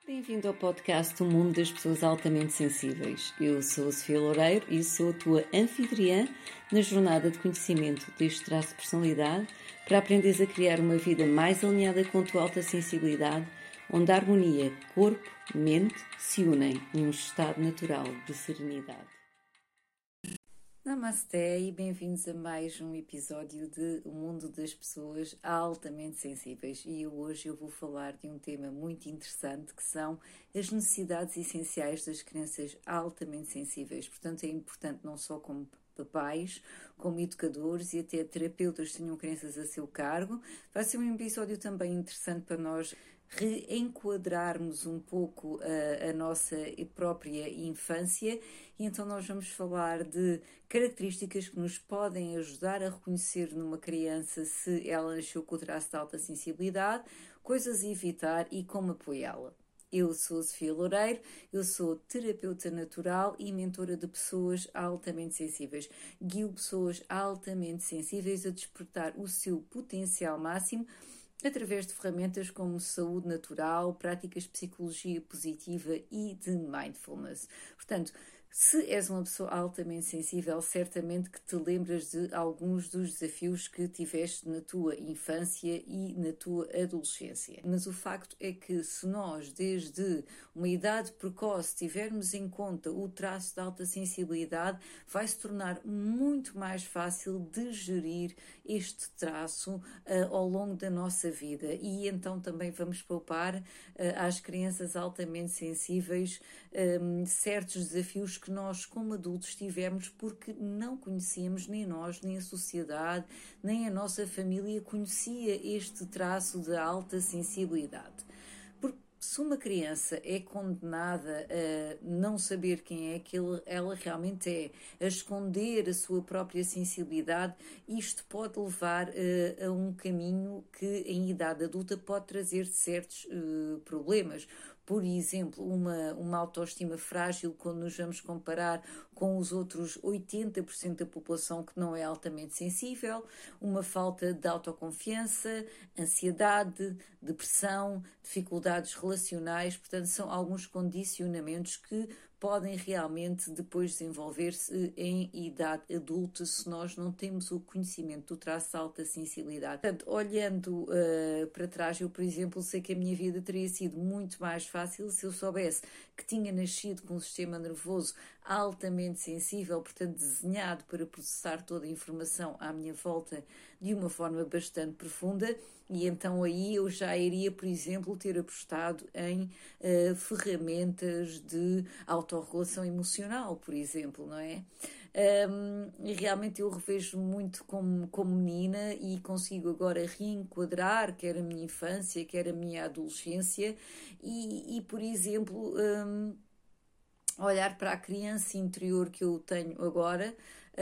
Bem-vindo ao podcast do Mundo das Pessoas Altamente Sensíveis. Eu sou a Sofia Loureiro e sou a tua anfitriã na jornada de conhecimento deste traço de personalidade para aprenderes a criar uma vida mais alinhada com a tua alta sensibilidade, onde a harmonia corpo-mente se unem num estado natural de serenidade. Namasté e bem-vindos a mais um episódio de O Mundo das Pessoas Altamente Sensíveis. E hoje eu vou falar de um tema muito interessante que são as necessidades essenciais das crianças altamente sensíveis. Portanto, é importante não só como papais, como educadores e até terapeutas que tenham crianças a seu cargo. Vai ser um episódio também interessante para nós reenquadrarmos um pouco a nossa própria infância, e então nós vamos falar de características que nos podem ajudar a reconhecer numa criança se ela nasceu com o traço de alta sensibilidade, coisas a evitar e como apoiá-la. Eu sou a Sofia Loureiro, eu sou terapeuta natural e mentora de pessoas altamente sensíveis. Guio pessoas altamente sensíveis a despertar o seu potencial máximo através de ferramentas como saúde natural, práticas de psicologia positiva e de mindfulness. Portanto, se és uma pessoa altamente sensível, certamente que te lembras de alguns dos desafios que tiveste na tua infância e na tua adolescência. Mas o facto é que se nós, desde uma idade precoce, tivermos em conta o traço de alta sensibilidade, vai se tornar muito mais fácil de gerir este traço ao longo da nossa vida. E então também vamos poupar às crianças altamente sensíveis certos desafios que nós como adultos tivemos porque não conhecíamos, nem nós, nem a sociedade, nem a nossa família conhecia este traço de alta sensibilidade. Porque se uma criança é condenada a não saber quem é que ela realmente é, a esconder a sua própria sensibilidade, isto pode levar a um caminho que em idade adulta pode trazer certos problemas. Por exemplo, uma autoestima frágil quando nos vamos comparar com os outros 80% da população que não é altamente sensível, uma falta de autoconfiança, ansiedade, depressão, dificuldades relacionais. Portanto, são alguns condicionamentos que podem realmente depois desenvolver-se em idade adulta se nós não temos o conhecimento do traço de alta sensibilidade. Portanto, olhando para trás, eu, por exemplo, sei que a minha vida teria sido muito mais fácil se eu soubesse que tinha nascido com um sistema nervoso altamente sensível, portanto desenhado para processar toda a informação à minha volta de uma forma bastante profunda, e então aí eu já iria, por exemplo, ter apostado em ferramentas de autorregulação emocional, por exemplo, não é? E realmente eu revejo muito como menina e consigo agora reenquadrar quer a minha infância, quer a minha adolescência e por exemplo, olhar para a criança interior que eu tenho agora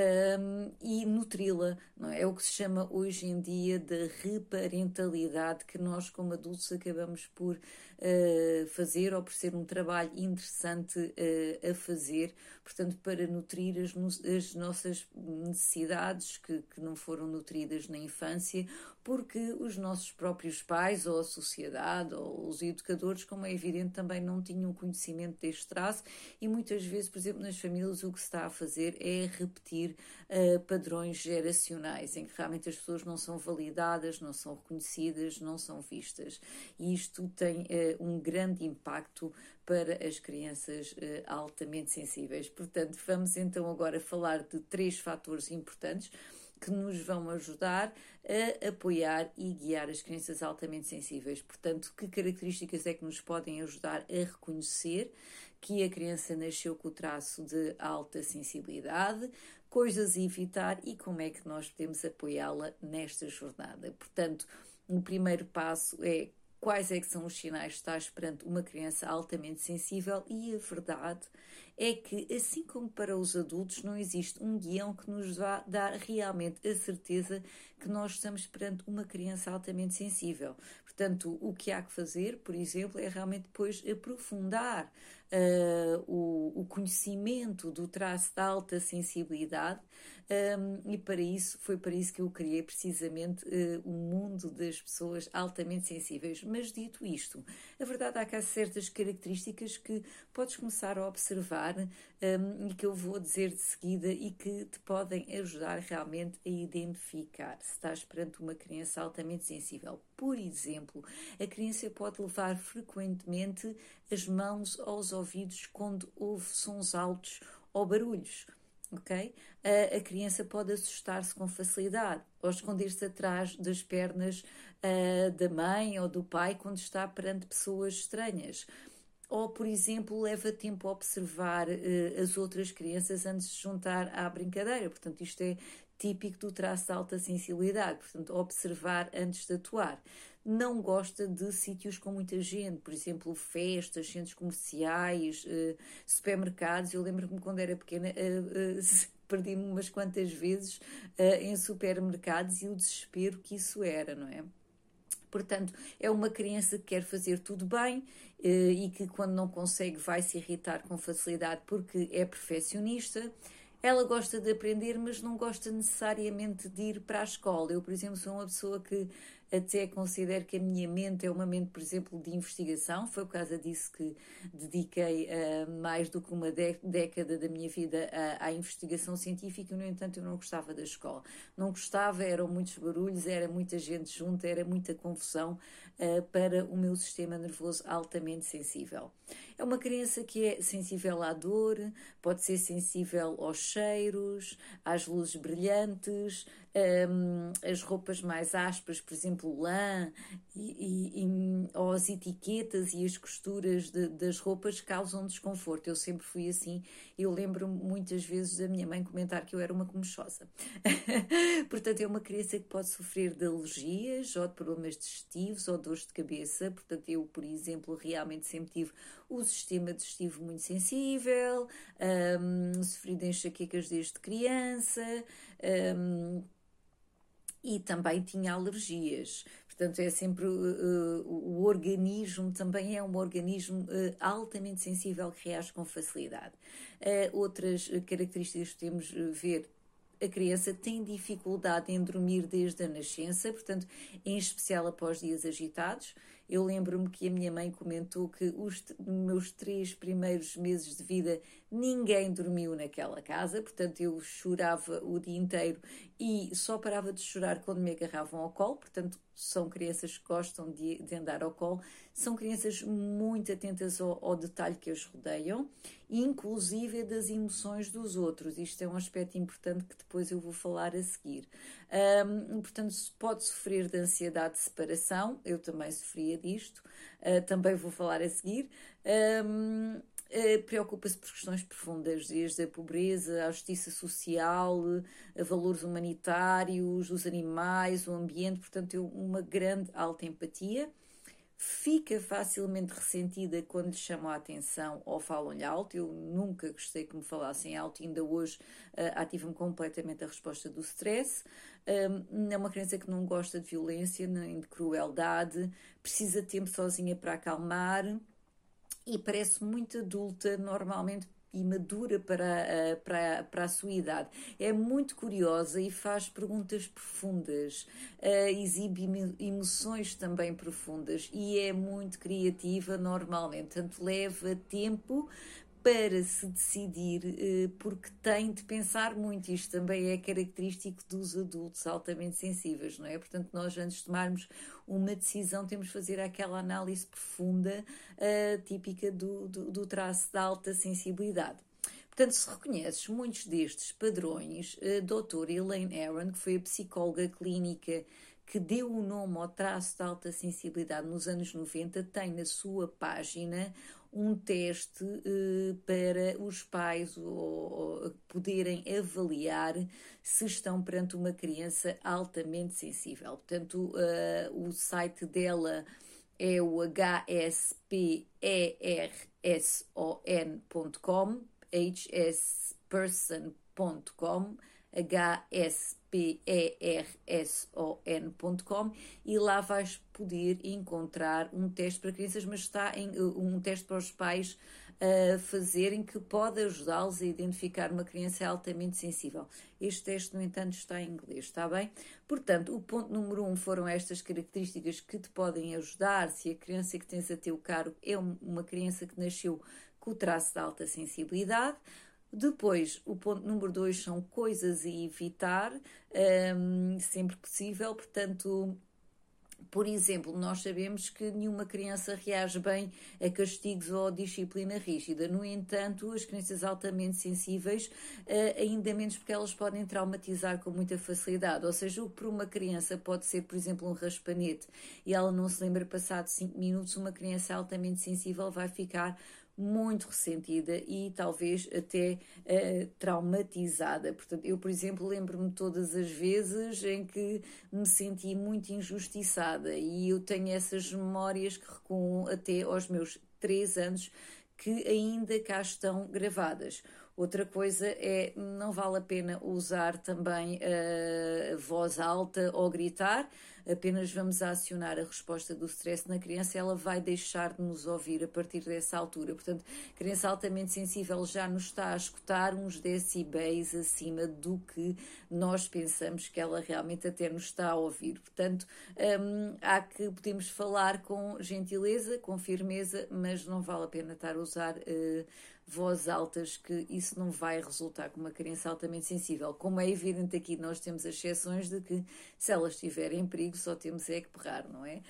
e nutri-la, não é? É o que se chama hoje em dia de reparentalidade, que nós como adultos acabamos por fazer, ou por ser um trabalho interessante a fazer, portanto para nutrir as nossas necessidades que não foram nutridas na infância, porque os nossos próprios pais, ou a sociedade, ou os educadores, como é evidente, também não tinham conhecimento deste traço, e muitas vezes, por exemplo, nas famílias o que se está a fazer é repetir padrões geracionais, em que realmente as pessoas não são validadas, não são reconhecidas, não são vistas. E isto tem um grande impacto para as crianças altamente sensíveis. Portanto, vamos então agora falar de 3 fatores importantes que nos vão ajudar a apoiar e guiar as crianças altamente sensíveis. Portanto, que características é que nos podem ajudar a reconhecer que a criança nasceu com o traço de alta sensibilidade, coisas a evitar e como é que nós podemos apoiá-la nesta jornada. Portanto, o primeiro passo é quais é que são os sinais de estar perante uma criança altamente sensível, e a verdade é que, assim como para os adultos, não existe um guião que nos vá dar realmente a certeza que nós estamos perante uma criança altamente sensível. Portanto, o que há que fazer, por exemplo, é realmente depois aprofundar o conhecimento do traço de alta sensibilidade, e foi para isso que eu criei precisamente o mundo das pessoas altamente sensíveis. Mas dito isto, a verdade é que há certas características que podes começar a observar, e que eu vou dizer de seguida e que te podem ajudar realmente a identificar se estás perante uma criança altamente sensível. Por exemplo, a criança pode levar frequentemente as mãos aos ouvidos quando ouve sons altos ou barulhos. Okay? A criança pode assustar-se com facilidade ou esconder-se atrás das pernas da mãe ou do pai quando está perante pessoas estranhas. Ou, por exemplo, leva tempo a observar as outras crianças antes de se juntar à brincadeira. Portanto, isto é típico do traço de alta sensibilidade. Portanto, observar antes de atuar. Não gosta de sítios com muita gente, por exemplo, festas, centros comerciais, supermercados. Eu lembro-me quando era pequena, perdi-me umas quantas vezes em supermercados e o desespero que isso era, não é? Portanto, é uma criança que quer fazer tudo bem e que quando não consegue vai se irritar com facilidade porque é perfeccionista. Ela gosta de aprender, mas não gosta necessariamente de ir para a escola. Eu, por exemplo, sou uma pessoa que até considero que a minha mente é uma mente, por exemplo, de investigação. Foi por causa disso que dediquei mais do que uma década da minha vida à investigação científica. No entanto, eu não gostava da escola. Não gostava, eram muitos barulhos, era muita gente junta, era muita confusão para o meu sistema nervoso altamente sensível. É uma criança que é sensível à dor, pode ser sensível aos cheiros, às luzes brilhantes, as roupas mais ásperas, por exemplo, lã, ou as etiquetas e as costuras das roupas causam desconforto. Eu sempre fui assim. Eu lembro-me muitas vezes da minha mãe comentar que eu era uma comichosa. Portanto, é uma criança que pode sofrer de alergias ou de problemas digestivos ou dores de cabeça. Portanto, eu, por exemplo, realmente sempre tive o sistema digestivo muito sensível, sofri de enxaquecas desde criança, e também tinha alergias. Portanto, é sempre o organismo também é um organismo altamente sensível que reage com facilidade. Outras características que temos ver: a criança tem dificuldade em dormir desde a nascença, portanto, em especial após dias agitados. Eu lembro-me que a minha mãe comentou que os meus 3 primeiros meses de vida ninguém dormiu naquela casa, portanto eu chorava o dia inteiro e só parava de chorar quando me agarravam ao colo. Portanto, são crianças que gostam de andar ao colo, são crianças muito atentas ao detalhe que as rodeiam, inclusive das emoções dos outros. Isto é um aspecto importante que depois eu vou falar a seguir. Portanto, pode sofrer de ansiedade de separação, eu também sofria disto, também vou falar a seguir. Preocupa-se por questões profundas, desde a pobreza, a justiça social, a valores humanitários, os animais, o ambiente. Portanto, uma grande alta empatia. Fica facilmente ressentida quando lhe chamam a atenção ou falam-lhe alto. Eu nunca gostei que me falassem alto, ainda hoje ativa-me completamente a resposta do stress. É uma criança que não gosta de violência nem de crueldade, precisa de tempo sozinha para acalmar e parece muito adulta, normalmente, e madura para a sua idade. É muito curiosa e faz perguntas profundas, exibe emoções também profundas e é muito criativa normalmente. Portanto, leva tempo para se decidir, porque tem de pensar muito. Isto também é característico dos adultos altamente sensíveis, não é? Portanto, nós antes de tomarmos uma decisão temos de fazer aquela análise profunda, típica do traço de alta sensibilidade. Portanto, se reconheces muitos destes padrões, a doutora Elaine Aron, que foi a psicóloga clínica que deu o nome ao traço de alta sensibilidade nos anos 90, tem na sua página um teste para os pais ou poderem avaliar se estão perante uma criança altamente sensível. Portanto, o site dela é o hsperson.com, hsperson.com, hsperson.com, e lá vais poder encontrar um teste para crianças, mas está em um teste para os pais a fazerem, que pode ajudá-los a identificar uma criança altamente sensível. Este teste, no entanto, está em inglês, está bem? Portanto, o ponto número 1 foram estas características que te podem ajudar se a criança que tens a teu cargo é uma criança que nasceu com o traço de alta sensibilidade. Depois, o ponto número 2 são coisas a evitar, sempre possível. Portanto, por exemplo, nós sabemos que nenhuma criança reage bem a castigos ou disciplina rígida. No entanto, as crianças altamente sensíveis, ainda menos, porque elas podem traumatizar com muita facilidade. Ou seja, o que para uma criança pode ser, por exemplo, um raspanete, e ela não se lembra passado 5 minutos, uma criança altamente sensível vai ficar muito ressentida e talvez até traumatizada. Portanto, eu, por exemplo, lembro-me todas as vezes em que me senti muito injustiçada, e eu tenho essas memórias que recuam até aos meus 3 anos, que ainda cá estão gravadas. Outra coisa é, não vale a pena usar também a voz alta ou gritar, apenas vamos acionar a resposta do stress na criança, ela vai deixar de nos ouvir a partir dessa altura. Portanto, a criança altamente sensível já nos está a escutar uns decibéis acima do que nós pensamos que ela realmente até nos está a ouvir. Portanto, podemos falar com gentileza, com firmeza, mas não vale a pena estar a usar vozes altas, que isso não vai resultar com uma criança altamente sensível. Como é evidente, aqui nós temos as exceções de que, se ela estiver em perigo, só temos é que berrar, não é?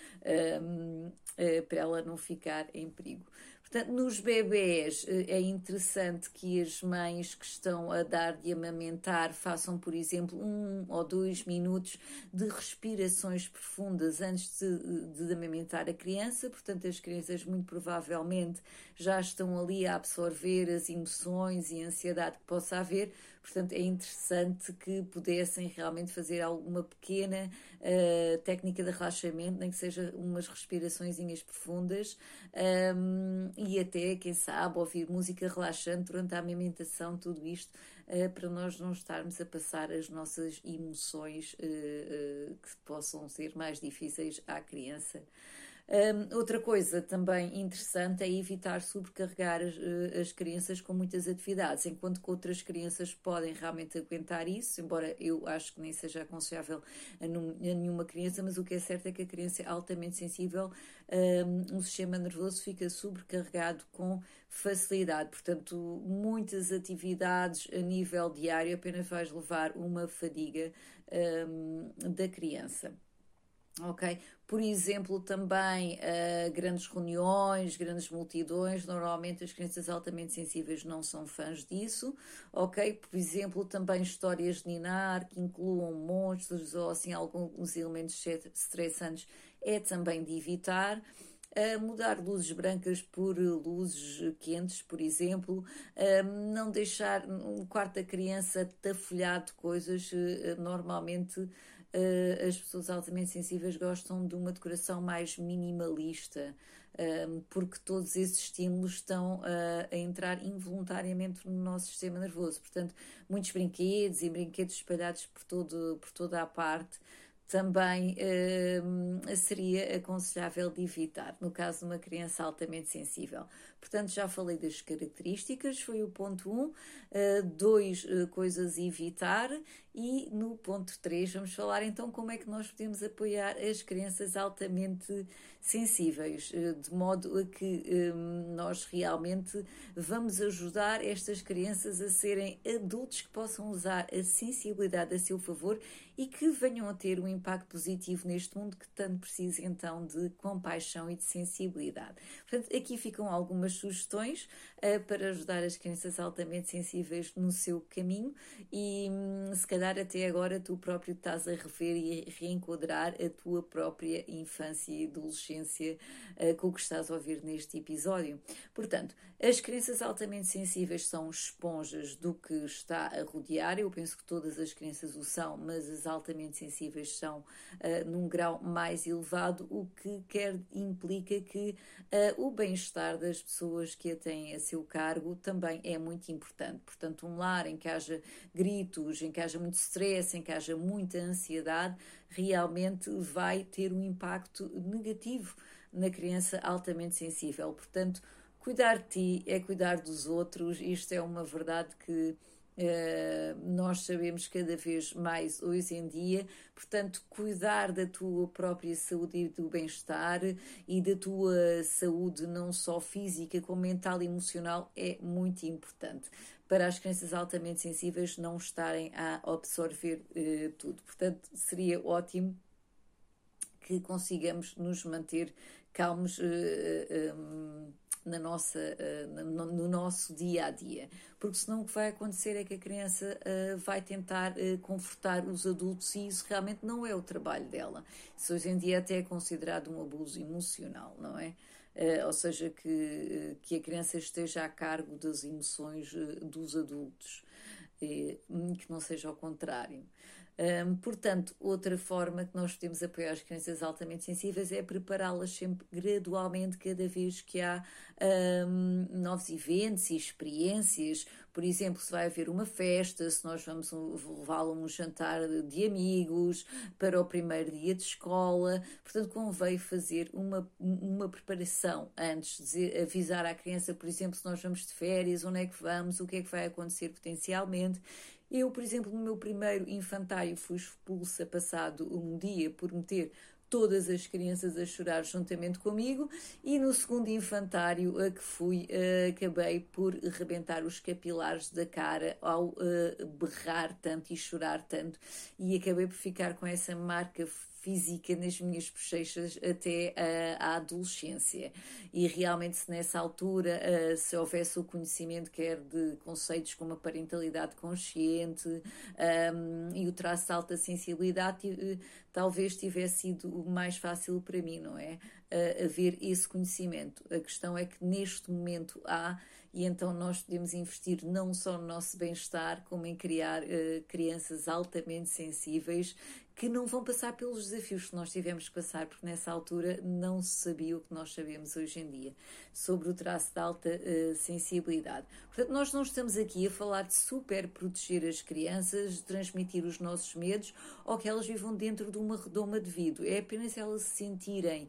Para ela não ficar em perigo. Portanto, nos bebés é interessante que as mães que estão a dar de amamentar façam, por exemplo, 1 ou 2 minutos de respirações profundas antes de amamentar a criança. Portanto, as crianças muito provavelmente já estão ali a absorver as emoções e a ansiedade que possa haver. Portanto, é interessante que pudessem realmente fazer alguma pequena técnica de relaxamento, nem que seja umas respiraçõezinhas profundas, e até, quem sabe, ouvir música relaxante durante a amamentação, tudo isto para nós não estarmos a passar as nossas emoções que possam ser mais difíceis à criança. Outra coisa também interessante é evitar sobrecarregar as crianças com muitas atividades, enquanto que outras crianças podem realmente aguentar isso, embora eu acho que nem seja aconselhável a nenhuma criança, mas o que é certo é que a criança é altamente sensível, o sistema nervoso fica sobrecarregado com facilidade. Portanto, muitas atividades a nível diário apenas vais levar uma fadiga da criança. Ok? Por exemplo, também grandes reuniões, grandes multidões, normalmente as crianças altamente sensíveis não são fãs disso, ok? Por exemplo, também histórias de ninar que incluam monstros ou assim alguns elementos estressantes é também de evitar. Mudar luzes brancas por luzes quentes, por exemplo, não deixar um quarto da criança tafolhado de coisas, normalmente as pessoas altamente sensíveis gostam de uma decoração mais minimalista, porque todos esses estímulos estão a entrar involuntariamente no nosso sistema nervoso. Portanto, muitos brinquedos e brinquedos espalhados por toda a parte também seria aconselhável de evitar, no caso de uma criança altamente sensível. Portanto, já falei das características, foi o ponto 1. 2, coisas a evitar. E no ponto 3 vamos falar então como é que nós podemos apoiar as crianças altamente sensíveis, de modo a que nós realmente vamos ajudar estas crianças a serem adultos que possam usar a sensibilidade a seu favor e que venham a ter um impacto positivo neste mundo que tanto precisa então de compaixão e de sensibilidade. Portanto, aqui ficam algumas sugestões para ajudar as crianças altamente sensíveis no seu caminho, e se calhar até agora tu próprio estás a rever e a reenquadrar a tua própria infância e adolescência com o que estás a ouvir neste episódio. Portanto, as crianças altamente sensíveis são esponjas do que está a rodear. Eu penso que todas as crianças o são, mas as altamente sensíveis são num grau mais elevado, o que implica que o bem-estar das pessoas que a têm a seu cargo também é muito importante. Portanto, um lar em que haja gritos, em que haja muita muito stress, em que haja muita ansiedade, realmente vai ter um impacto negativo na criança altamente sensível. Portanto, cuidar de ti é cuidar dos outros. Isto é uma verdade que nós sabemos cada vez mais hoje em dia. Portanto, cuidar da tua própria saúde e do bem-estar e da tua saúde não só física como mental e emocional é muito importante para as crianças altamente sensíveis não estarem a absorver tudo. Portanto, seria ótimo que consigamos nos manter calmos no nosso dia a dia, porque senão o que vai acontecer é que a criança vai tentar confortar os adultos e isso realmente não é o trabalho dela. Isso hoje em dia até é considerado um abuso emocional, não é? Ou seja, que a criança esteja a cargo das emoções dos adultos, que não seja ao contrário. Portanto, outra forma que nós podemos apoiar as crianças altamente sensíveis é prepará-las sempre gradualmente, cada vez que há novos eventos e experiências. Por exemplo, se vai haver uma festa, se nós vamos levá-la a um jantar de amigos para o primeiro dia de escola. Portanto, convém fazer uma preparação antes de avisar à criança, por exemplo, se nós vamos de férias, onde é que vamos, o que é que vai acontecer potencialmente. Eu, por exemplo, no meu primeiro infantário fui expulsa passado um dia por meter todas as crianças a chorar juntamente comigo e no segundo infantário a que fui acabei por rebentar os capilares da cara ao berrar tanto e chorar tanto e acabei por ficar com essa marca física nas minhas bochechas até à adolescência. E realmente se nessa altura se houvesse o conhecimento quer de conceitos como a parentalidade consciente e o traço de alta sensibilidade, talvez tivesse sido mais fácil para mim, não é? Haver esse conhecimento. A questão é que neste momento há, e então nós podemos investir não só no nosso bem-estar, como em criar crianças altamente sensíveis que não vão passar pelos desafios que nós tivemos que passar, porque nessa altura não se sabia o que nós sabemos hoje em dia sobre o traço de alta sensibilidade. Portanto, nós não estamos aqui a falar de super proteger as crianças, de transmitir os nossos medos ou que elas vivam dentro de uma redoma de vidro. É apenas elas se sentirem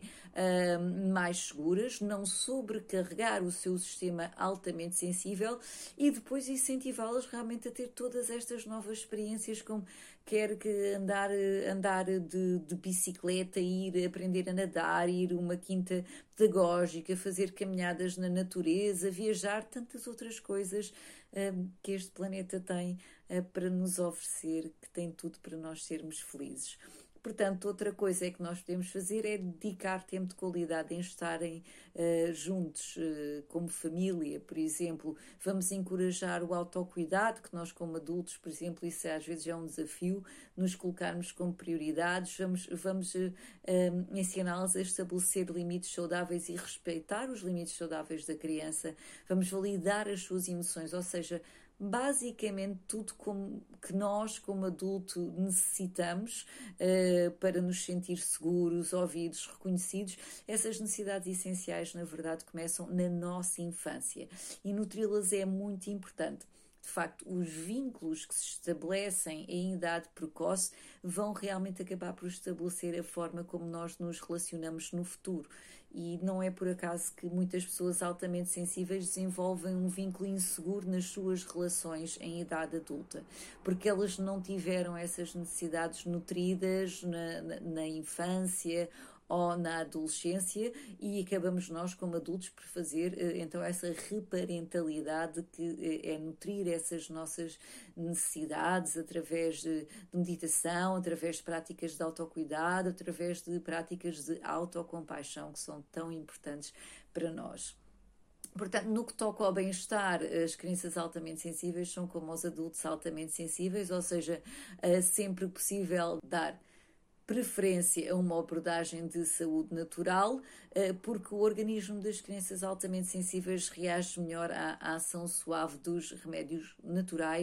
mais seguras, não sobrecarregar o seu sistema altamente sensível e depois incentivá-las realmente a ter todas estas novas experiências, como quer que andar de bicicleta, ir aprender a nadar, ir a uma quinta pedagógica, fazer caminhadas na natureza, viajar, tantas outras coisas que este planeta tem para nos oferecer, que tem tudo para nós sermos felizes. Portanto, outra coisa que nós podemos fazer é dedicar tempo de qualidade em estarem juntos, como família, por exemplo. Vamos encorajar o autocuidado, que nós como adultos, por exemplo, isso às vezes é um desafio, nos colocarmos como prioridades. Vamos ensiná-los a estabelecer limites saudáveis e respeitar os limites saudáveis da criança. Vamos validar as suas emoções, ou seja, basicamente tudo que nós, como adulto, necessitamos para nos sentir seguros, ouvidos, reconhecidos. Essas necessidades essenciais, na verdade, começam na nossa infância e nutri-las é muito importante. De facto, os vínculos que se estabelecem em idade precoce vão realmente acabar por estabelecer a forma como nós nos relacionamos no futuro. E não é por acaso que muitas pessoas altamente sensíveis desenvolvem um vínculo inseguro nas suas relações em idade adulta, porque elas não tiveram essas necessidades nutridas na infância ou na adolescência e acabamos nós como adultos por fazer então essa reparentalidade que é nutrir essas nossas necessidades através de meditação, através de práticas de autocuidado, através de práticas de autocompaixão que são tão importantes para nós. Portanto, no que toca ao bem-estar, as crianças altamente sensíveis são como os adultos altamente sensíveis, ou seja, sempre possível dar preferência a uma abordagem de saúde natural, porque o organismo das crianças altamente sensíveis reage melhor à ação suave dos remédios naturais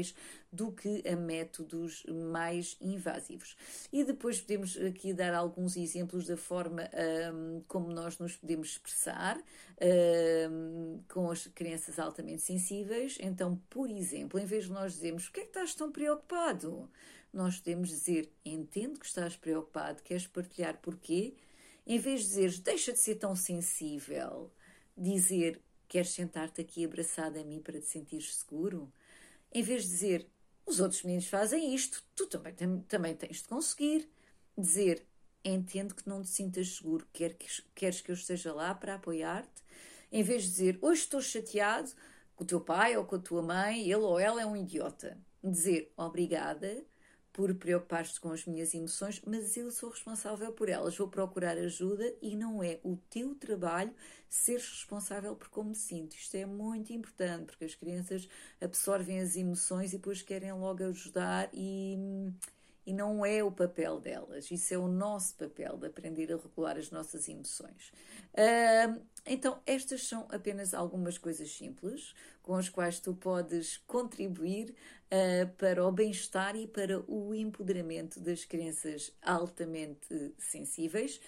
do que a métodos mais invasivos. E depois podemos aqui dar alguns exemplos da forma como nós nos podemos expressar com as crianças altamente sensíveis. Então, por exemplo, em vez de nós dizermos "Por que é que estás tão preocupado?", nós podemos dizer "Entendo que estás preocupado, queres partilhar porquê?". Em vez de dizer "Deixa de ser tão sensível", dizer "Queres sentar-te aqui abraçado a mim para te sentires seguro?". Em vez de dizer "Os outros meninos fazem isto, tu também tens de conseguir", dizer "Entendo que não te sintas seguro, queres que eu esteja lá para apoiar-te?". Em vez de dizer "Hoje estou chateado com o teu pai ou com a tua mãe, ele ou ela é um idiota", dizer "Obrigada por preocupar-te com as minhas emoções, mas eu sou responsável por elas, vou procurar ajuda e não é o teu trabalho seres responsável por como me sinto". Isto é muito importante, porque as crianças absorvem as emoções e depois querem logo ajudar e não é o papel delas. Isso é o nosso papel, de aprender a regular as nossas emoções. Então, estas são apenas algumas coisas simples com as quais tu podes contribuir para o bem-estar e para o empoderamento das crianças altamente sensíveis.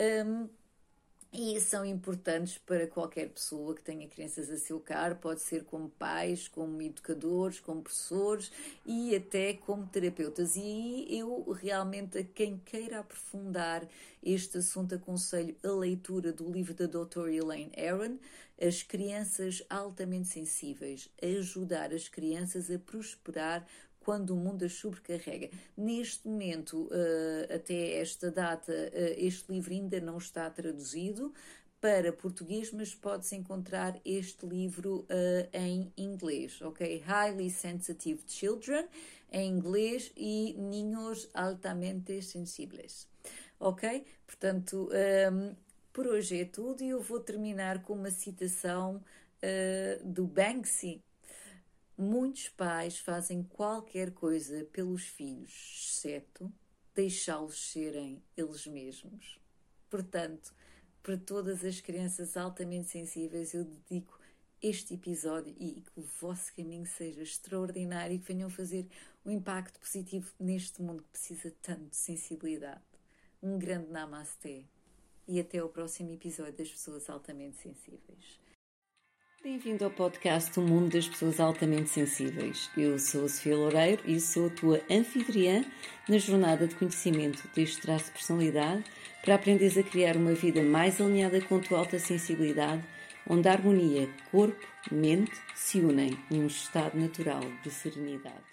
E são importantes para qualquer pessoa que tenha crianças a seu cargo, pode ser como pais, como educadores, como professores e até como terapeutas. E eu realmente, a quem queira aprofundar este assunto, aconselho a leitura do livro da Dra. Elaine Aron, As Crianças Altamente Sensíveis, a ajudar as crianças a prosperar quando o mundo as sobrecarrega. Neste momento, até esta data, este livro ainda não está traduzido para português, mas pode-se encontrar este livro em inglês, ok? Highly Sensitive Children, em inglês, e Niños Altamente Sensibles, ok? Portanto, por hoje é tudo e eu vou terminar com uma citação do Banksy. Muitos pais fazem qualquer coisa pelos filhos, exceto deixá-los serem eles mesmos. Portanto, para todas as crianças altamente sensíveis, eu dedico este episódio e que o vosso caminho seja extraordinário e que venham fazer um impacto positivo neste mundo que precisa tanto de sensibilidade. Um grande namasté e até ao próximo episódio das Pessoas Altamente Sensíveis. Bem-vindo ao podcast do Mundo das Pessoas Altamente Sensíveis. Eu sou a Sofia Loureiro e sou a tua anfitriã na jornada de conhecimento deste traço de personalidade para aprenderes a criar uma vida mais alinhada com a tua alta sensibilidade, onde a harmonia corpo-mente se unem num estado natural de serenidade.